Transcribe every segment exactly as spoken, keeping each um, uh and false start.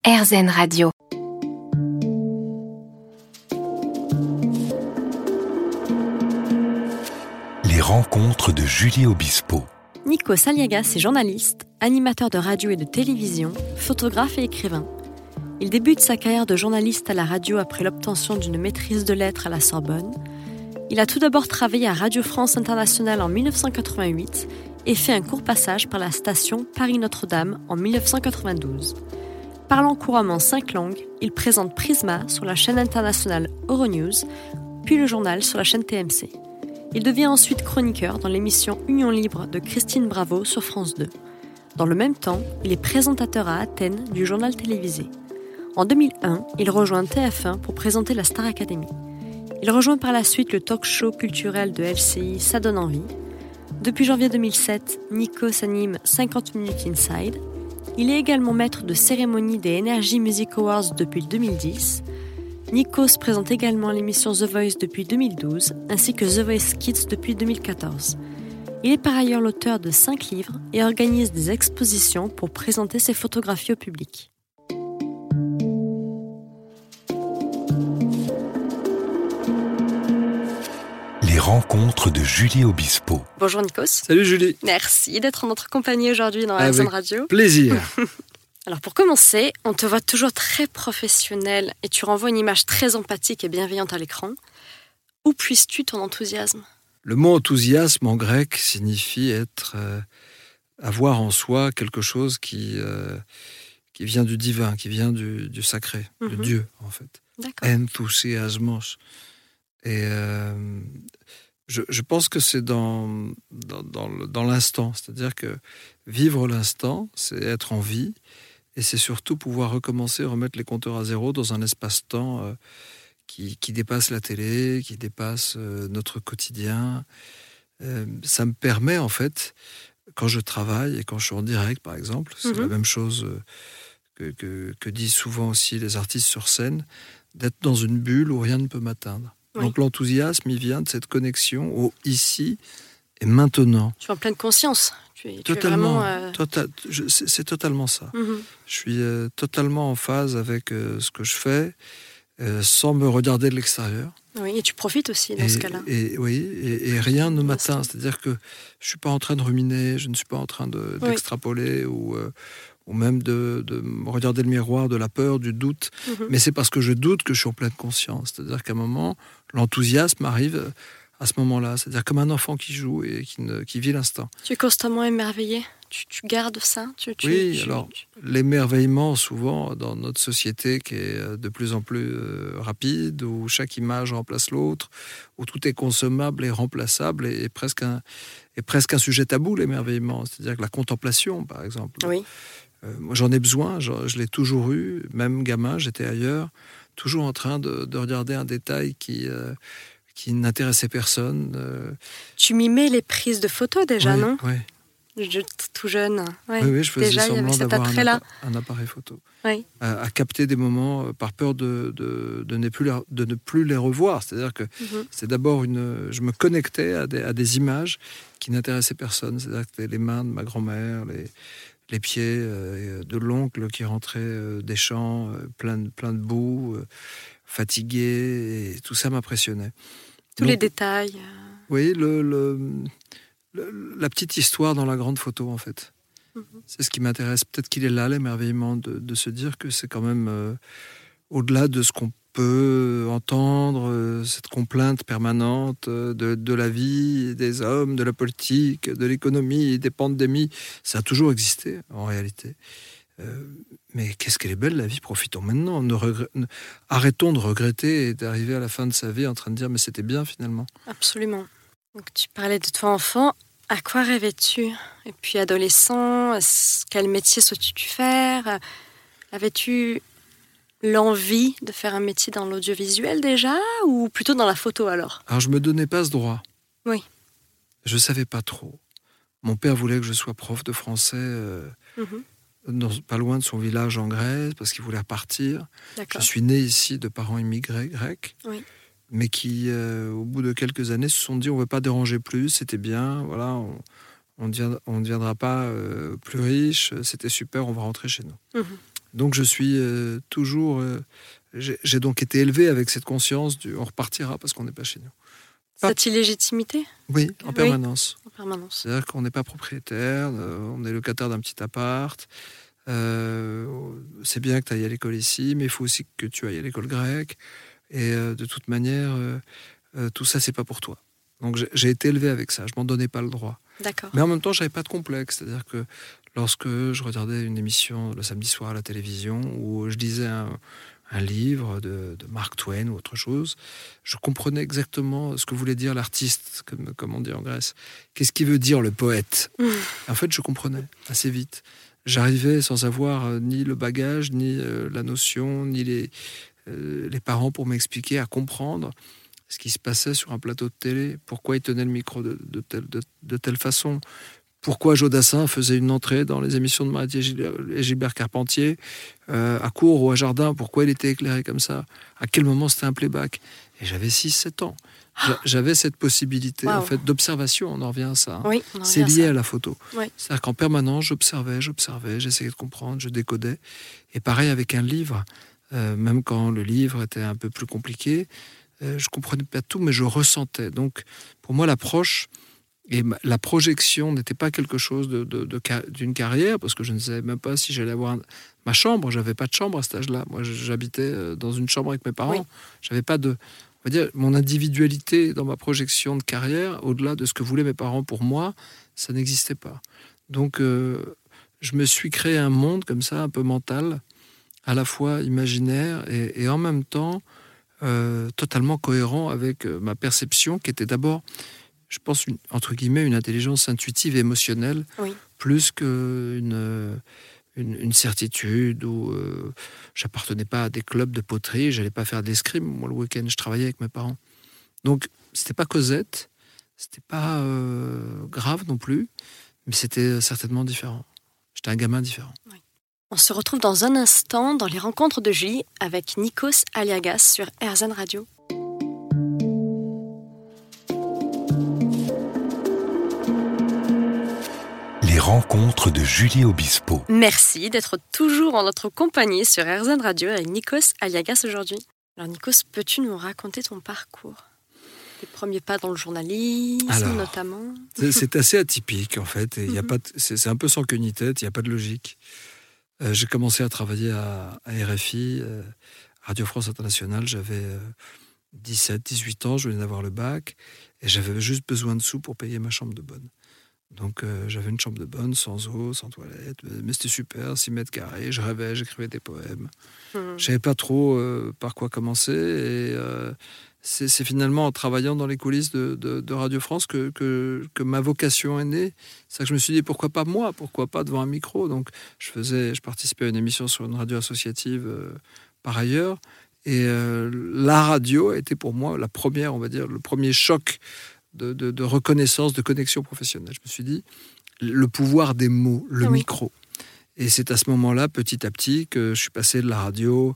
AirZen Radio. Les rencontres de Julie Obispo. Nikos Aliagas est journaliste, animateur de radio et de télévision, photographe et écrivain. Il débute sa carrière de journaliste à la radio après l'obtention d'une maîtrise de lettres à la Sorbonne. Il a tout d'abord travaillé à Radio France Internationale en dix-neuf cent quatre-vingt-huit et fait un court passage par la station Paris-Notre-Dame en dix-neuf cent quatre-vingt-douze. Parlant couramment cinq langues, il présente Prisma sur la chaîne internationale Euronews, puis le journal sur la chaîne T M C. Il devient ensuite chroniqueur dans l'émission Union Libre de Christine Bravo sur France deux. Dans le même temps, il est présentateur à Athènes du journal télévisé. En deux mille un, il rejoint T F un pour présenter la Star Academy. Il rejoint par la suite le talk-show culturel de L C I Ça donne envie. Depuis janvier deux mille sept, Nikos anime cinquante minutes Inside. Il est également maître de cérémonie des Energy Music Awards depuis deux mille dix. Nikos présente également l'émission The Voice depuis deux mille douze, ainsi que The Voice Kids depuis deux mille quatorze. Il est par ailleurs l'auteur de cinq livres et organise des expositions pour présenter ses photographies au public. Les rencontres de Julie Obispo. Bonjour Nikos. Salut Julie. Merci d'être en notre compagnie aujourd'hui dans AirZen Radio. Avec plaisir. Alors pour commencer, on te voit toujours très professionnel et tu renvoies une image très empathique et bienveillante à l'écran. Où puisses-tu ton enthousiasme ? Le mot enthousiasme en grec signifie être, euh, avoir en soi quelque chose qui, euh, qui vient du divin, qui vient du, du sacré, mm-hmm. de Dieu en fait. D'accord. Enthousiasmos. Et euh, je, je pense que c'est dans, dans, dans, le, dans l'instant, c'est-à-dire que vivre l'instant, c'est être en vie, et c'est surtout pouvoir recommencer, remettre les compteurs à zéro dans un espace-temps euh, qui, qui dépasse la télé, qui dépasse euh, notre quotidien. Euh, ça me permet en fait, quand je travaille et quand je suis en direct par exemple, c'est mm-hmm. la même chose que, que, que disent souvent aussi les artistes sur scène, d'être dans une bulle où rien ne peut m'atteindre. Oui. Donc l'enthousiasme, il vient de cette connexion au ici et maintenant. Tu es en pleine conscience. Tu es, totalement. Tu es vraiment, euh... tota, je, c'est, c'est totalement ça. Mm-hmm. Je suis euh, totalement en phase avec euh, ce que je fais, euh, sans me regarder de l'extérieur. Oui, et tu profites aussi dans et, ce cas-là. Et, oui, et, et rien ne m'atteint. C'est-à-dire que je ne suis pas en train de ruminer, je ne suis pas en train de, oui. d'extrapoler ou... Euh, ou même de, de regarder le miroir de la peur, du doute. Mm-hmm. Mais c'est parce que je doute que je suis en pleine conscience. C'est-à-dire qu'à un moment, l'enthousiasme arrive à ce moment-là. C'est-à-dire comme un enfant qui joue et qui, ne, qui vit l'instant. Tu es constamment émerveillé. Tu, tu gardes ça tu, tu, Oui, tu, alors tu... l'émerveillement, souvent, dans notre société qui est de plus en plus euh, rapide, où chaque image remplace l'autre, où tout est consommable et remplaçable, et, et presque un, est presque un sujet tabou, l'émerveillement. C'est-à-dire que la contemplation, par exemple. Oui. Euh, moi, j'en ai besoin, je, je l'ai toujours eu, même gamin, j'étais ailleurs, toujours en train de, de regarder un détail qui, euh, qui n'intéressait personne. Euh... Tu mimais les prises de photos déjà, oui, non ? Oui. Je, tout jeune. Ouais. Oui, oui, je faisais déjà, semblant d'avoir un, appa- un appareil photo. Oui. À, à capter des moments euh, par peur de, de, de, ne plus la, de ne plus les revoir. C'est-à-dire que mm-hmm. c'est d'abord une... Je me connectais à des, à des images qui n'intéressaient personne. C'est-à-dire que les mains de ma grand-mère, les... les pieds euh, de l'oncle qui rentrait euh, des champs, euh, plein, de, plein de boue, euh, fatigué, et tout ça m'impressionnait. Tous Donc, les détails. Oui, le, le, le, la petite histoire dans la grande photo, en fait. Mm-hmm. C'est ce qui m'intéresse. Peut-être qu'il est là, l'émerveillement, de, de se dire que c'est quand même euh, au-delà de ce qu'on peut entendre, euh, cette complainte permanente euh, de, de la vie, des hommes, de la politique, de l'économie, des pandémies. Ça a toujours existé, en réalité. Euh, mais qu'est-ce qu'elle est belle, la vie, profitons maintenant. Ne regr... ne... Arrêtons de regretter et d'arriver à la fin de sa vie en train de dire « mais c'était bien, finalement ». Absolument. Donc, tu parlais de toi, enfant. À quoi rêvais-tu ? Et puis, adolescent, quel métier souhaitais-tu faire ? Avais-tu l'envie de faire un métier dans l'audiovisuel déjà, ou plutôt dans la photo alors ? Alors, je me donnais pas ce droit. Oui. Je savais pas trop. Mon père voulait que je sois prof de français, euh, mm-hmm. dans, pas loin de son village en Grèce, parce qu'il voulait repartir. D'accord. Je suis né ici de parents immigrés grecs, oui. mais qui, euh, au bout de quelques années, se sont dit on ne veut pas déranger plus, c'était bien, voilà, on, on ne deviendra pas euh, plus riche, c'était super, on va rentrer chez nous. Mm-hmm. Donc je suis euh, toujours... Euh, j'ai, j'ai donc été élevé avec cette conscience du on repartira parce qu'on n'est pas chez nous. Pas- Cette illégitimité Oui, en Oui. permanence. en permanence. C'est-à-dire qu'on n'est pas propriétaire, euh, on est locataire d'un petit appart. Euh, c'est bien que tu ailles à l'école ici, mais il faut aussi que tu ailles à l'école grecque. Et euh, de toute manière, euh, euh, tout ça, c'est pas pour toi. Donc j'ai, j'ai été élevé avec ça, je m'en donnais pas le droit. D'accord. Mais en même temps, j'avais pas de complexe. C'est-à-dire que lorsque je regardais une émission le samedi soir à la télévision, où je lisais un, un livre de, de Mark Twain ou autre chose, je comprenais exactement ce que voulait dire l'artiste, comme, comme on dit en Grèce. Qu'est-ce qu'il veut dire le poète ? Mmh. En fait, je comprenais assez vite. J'arrivais sans avoir euh, ni le bagage, ni euh, la notion, ni les, euh, les parents pour m'expliquer, à comprendre ce qui se passait sur un plateau de télé, pourquoi il tenait le micro de, de, telle, de, de telle façon, pourquoi Jodassin faisait une entrée dans les émissions de Marie et Gilbert Carpentier, euh, à Cour ou à Jardin, pourquoi il était éclairé comme ça, à quel moment c'était un playback. Et j'avais six sept ans. J'avais cette possibilité Wow. en fait, d'observation, on en revient à ça. Hein. Oui, on en C'est revient à lié ça. à la photo. Oui. C'est-à-dire qu'en permanence, j'observais, j'observais, j'essayais de comprendre, je décodais. Et pareil avec un livre, euh, même quand le livre était un peu plus compliqué, euh, je ne comprenais pas tout, mais je ressentais. Donc, pour moi, l'approche et ma- la projection n'était pas quelque chose de, de- de ca- d'une carrière, parce que je ne savais même pas si j'allais avoir un- ma chambre. Je n'avais pas de chambre à cet âge-là. Moi, j'habitais euh, dans une chambre avec mes parents. Oui. Je n'avais pas de... On va dire, mon individualité dans ma projection de carrière, au-delà de ce que voulaient mes parents pour moi, ça n'existait pas. Donc, euh, je me suis créé un monde comme ça, un peu mental, à la fois imaginaire et, et en même temps euh, totalement cohérent avec euh, ma perception, qui était d'abord, je pense, une, entre guillemets, une intelligence intuitive et émotionnelle, Oui. plus qu'une euh, une, une certitude où euh, j'appartenais pas à des clubs de poterie, j'allais pas faire de l'escrime. Moi, le week-end, je travaillais avec mes parents. Donc, c'était pas Cosette, c'était pas euh, grave non plus, mais c'était certainement différent. J'étais un gamin différent. On se retrouve dans un instant dans les rencontres de Julie avec Nikos Aliagas sur R Z N Radio. Les rencontres de Julie Obispo. Merci d'être toujours en notre compagnie sur R Z N Radio avec Nikos Aliagas aujourd'hui. Alors Nikos, peux-tu nous raconter ton parcours ? Tes premiers pas dans le journalisme Alors, notamment ? C'est, c'est assez atypique en fait, et il y a Mhm. pas de- c'est, c'est un peu sans queue ni tête, il n'y a pas de logique. Euh, j'ai commencé à travailler à, à R F I, euh, Radio France Internationale, j'avais euh, dix-sept, dix-huit ans, je venais d'avoir le bac, et j'avais juste besoin de sous pour payer ma chambre de bonne. Donc euh, j'avais une chambre de bonne, sans eau, sans toilette, mais c'était super, six mètres carrés, je rêvais, j'écrivais des poèmes. Mhm. Je savais pas trop euh, par quoi commencer, et euh, c'est, c'est finalement en travaillant dans les coulisses de, de- de Radio France que, que, que ma vocation est née. C'est ça que je me suis dit, pourquoi pas moi, pourquoi pas devant un micro. Donc je faisais, je participais à une émission sur une radio associative euh, par ailleurs, et euh, la radio a été pour moi la première, on va dire, le premier choc de, de- de reconnaissance, de connexion professionnelle. Je me suis dit, le pouvoir des mots, le Oui. micro. Et c'est à ce moment-là, petit à petit, que je suis passé de la radio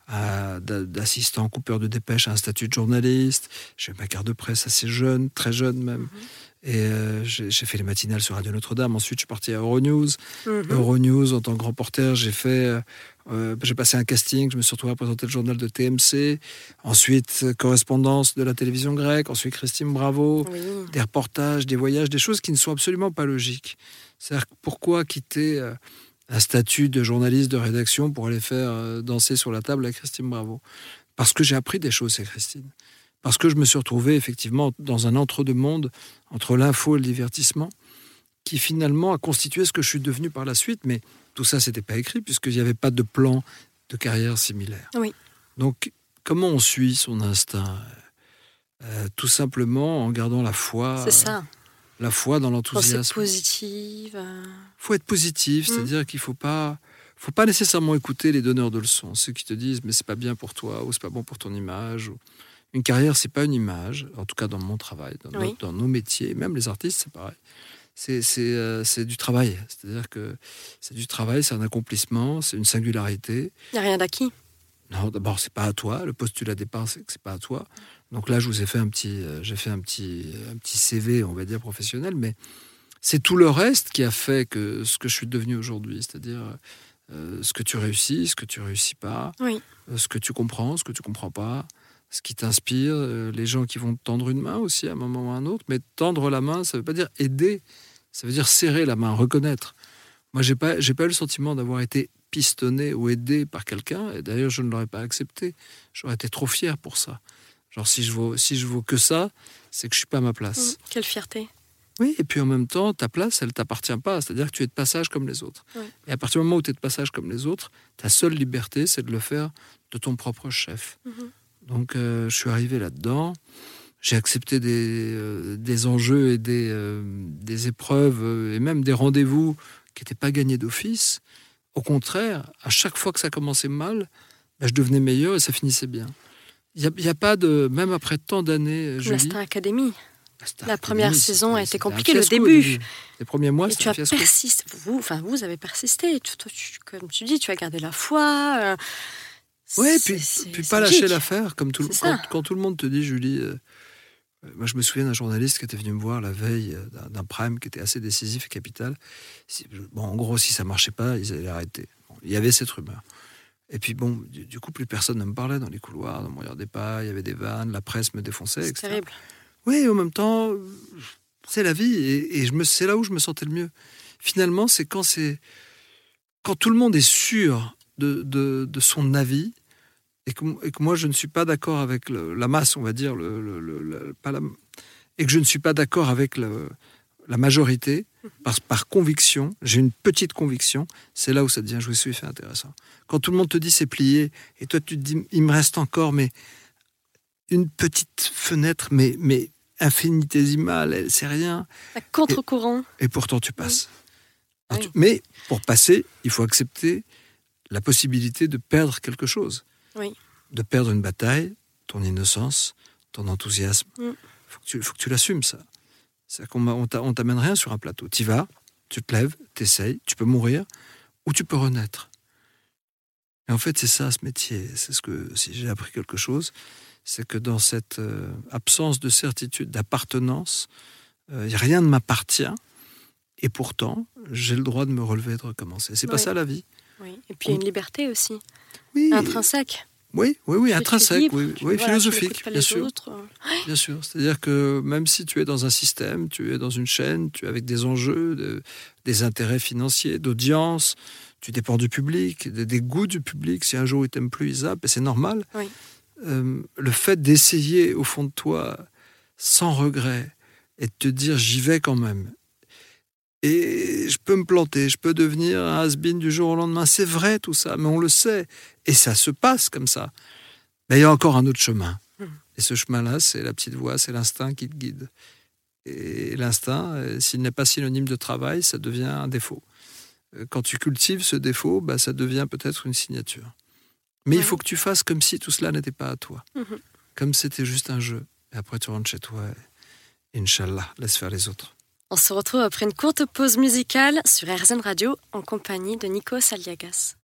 à, d'a- d'assistant coupeur de dépêche à un statut de journaliste. J'ai eu ma carte de presse assez jeune, très jeune même. Mhm. Et euh, j'ai, j'ai fait les matinales sur Radio Notre-Dame. Ensuite, je suis parti à Euronews. Mhm. Euronews, en tant que grand reporter, j'ai fait... euh, j'ai passé un casting, je me suis retrouvé à présenter le journal de T M C. Ensuite, euh, correspondance de la télévision grecque. Ensuite, Christine Bravo. Oui. Des reportages, des voyages, des choses qui ne sont absolument pas logiques. C'est-à-dire, pourquoi quitter euh, un statut de journaliste de rédaction pour aller faire euh, danser sur la table avec Christine Bravo ? Parce que j'ai appris des choses, c'est Christine. Parce que je me suis retrouvé effectivement dans un entre-deux-mondes, entre l'info et le divertissement, qui finalement a constitué ce que je suis devenu par la suite. Mais tout ça, c'était pas écrit, puisqu'il n'y avait pas de plan de carrière similaire. Oui. Donc, comment on suit son instinct ? Euh, Tout simplement en gardant la foi, C'est ça. la foi dans Pensée l'enthousiasme. positive. euh, Il faut être positif, Mm. c'est-à-dire qu'il ne faut pas, faut pas nécessairement écouter les donneurs de leçons, ceux qui te disent mais c'est pas bien pour toi ou c'est pas bon pour ton image. Ou... Une carrière, c'est pas une image, en tout cas dans mon travail, dans, Oui. notre- dans nos métiers, même les artistes, c'est pareil. C'est, c'est, euh, c'est du travail, c'est-à-dire que c'est du travail, c'est un accomplissement, c'est une singularité. Il n'y a rien d'acquis. Non, d'abord, c'est pas à toi. Le postulat départ, c'est que c'est pas à toi. Donc là, je vous ai fait un petit, euh, j'ai fait un petit, un petit C V, on va dire professionnel, mais c'est tout le reste qui a fait que ce que je suis devenu aujourd'hui, c'est-à-dire euh, ce que tu réussis, ce que tu réussis pas, Oui. euh, ce que tu comprends, ce que tu comprends pas, ce qui t'inspire, euh, les gens qui vont te tendre une main aussi à un moment ou à un autre. Mais tendre la main, ça veut pas dire aider, ça veut dire serrer la main, reconnaître. Moi, j'ai pas, j'ai pas eu le sentiment d'avoir été pistonné ou aidé par quelqu'un, et d'ailleurs, je ne l'aurais pas accepté. J'aurais été trop fier pour ça. Genre, si je vaux, si je vaux que ça, c'est que je suis pas à ma place. Mmh, quelle fierté. Oui, et puis en même temps, ta place, elle t'appartient pas. C'est-à-dire que tu es de passage comme les autres. Ouais. Et à partir du moment où tu es de passage comme les autres, ta seule liberté, c'est de le faire de ton propre chef. Mmh. Donc, euh, je suis arrivé là-dedans. J'ai accepté des, euh, des enjeux et des, euh, des épreuves euh, et même des rendez-vous qui n'étaient pas gagnés d'office. Au contraire, à chaque fois que ça commençait mal, ben, je devenais meilleur et ça finissait bien. Il n'y a, a pas de... Même après tant d'années, Julie... La Star Academy. La, Star la première Academy, saison a été c'était compliquée, un le fiasco au début. début. Les premiers mois, Et c'était tu un as fiasco. persisté. Vous, enfin, vous avez persisté. Tu, tu, tu, comme tu dis, tu as gardé la foi. Euh, Oui, puis, puis pas lâcher l'affaire. Comme tout, quand, quand tout le monde te dit, Julie... Euh, moi, je me souviens d'un journaliste qui était venu me voir la veille d'un, d'un prime qui était assez décisif et capital. Si, bon, en gros, si ça ne marchait pas, ils allaient arrêter. Bon, il y avait cette rumeur. Et puis, bon, du, du coup, plus personne ne me parlait dans les couloirs, ne me regardait pas, il y avait des vannes, la presse me défonçait, c'est et cetera. terrible. Oui, et en même temps, c'est la vie. Et, et je me, c'est là où je me sentais le mieux. Finalement, c'est quand, c'est, quand tout le monde est sûr de, de, de son avis, et que, et que moi, je ne suis pas d'accord avec le, la masse, on va dire, le, le, le, le, pas la, et que je ne suis pas d'accord avec le, la majorité, par, par conviction, j'ai une petite conviction, c'est là où ça devient jouissif et intéressant. Quand tout le monde te dit c'est plié, et toi tu te dis, il me reste encore mais une petite fenêtre, mais, mais infinitésimale, c'est rien. À contre-courant. Et, et pourtant tu passes. Oui. Tu, mais pour passer, il faut accepter la possibilité de perdre quelque chose. Oui. De perdre une bataille, ton innocence, ton enthousiasme. Il mm. faut, faut que tu l'assumes, ça. C'est qu'on on t'amène rien sur un plateau. Tu y vas, tu te lèves, tu essayes, tu peux mourir ou tu peux renaître. Et en fait, c'est ça, ce métier. C'est ce que, si j'ai appris quelque chose, c'est que dans cette euh, absence de certitude, d'appartenance, euh, rien ne m'appartient. Et pourtant, j'ai le droit de me relever et de recommencer. C'est oui. pas ça, la vie. Oui. Et puis, il y a une liberté aussi. Oui. Intrinsèque. Oui, oui, oui, intrinsèque, libre, oui, oui voilà, philosophique, bien sûr. Autres. Bien sûr. C'est-à-dire que même si tu es dans un système, tu es dans une chaîne, tu es avec des enjeux, de, des intérêts financiers, d'audience, tu dépends du public, des, des goûts du public. Si un jour il t'aime plus, il zappe, et c'est normal. Oui. Euh, le fait d'essayer au fond de toi, sans regret, et de te dire j'y vais quand même. Et je peux me planter, je peux devenir un has-been du jour au lendemain. C'est vrai tout ça, mais on le sait. Et ça se passe comme ça. Mais il y a encore un autre chemin. Mmh. Et ce chemin-là, c'est la petite voix, c'est l'instinct qui te guide. Et l'instinct, s'il n'est pas synonyme de travail, ça devient un défaut. Quand tu cultives ce défaut, bah, ça devient peut-être une signature. Mais ouais. il faut que tu fasses comme si tout cela n'était pas à toi. Mmh. Comme c'était juste un jeu. Et après, tu rentres chez toi et Inch'Allah, laisse faire les autres. On se retrouve après une courte pause musicale sur R Z N Radio en compagnie de Nikos Aliagas.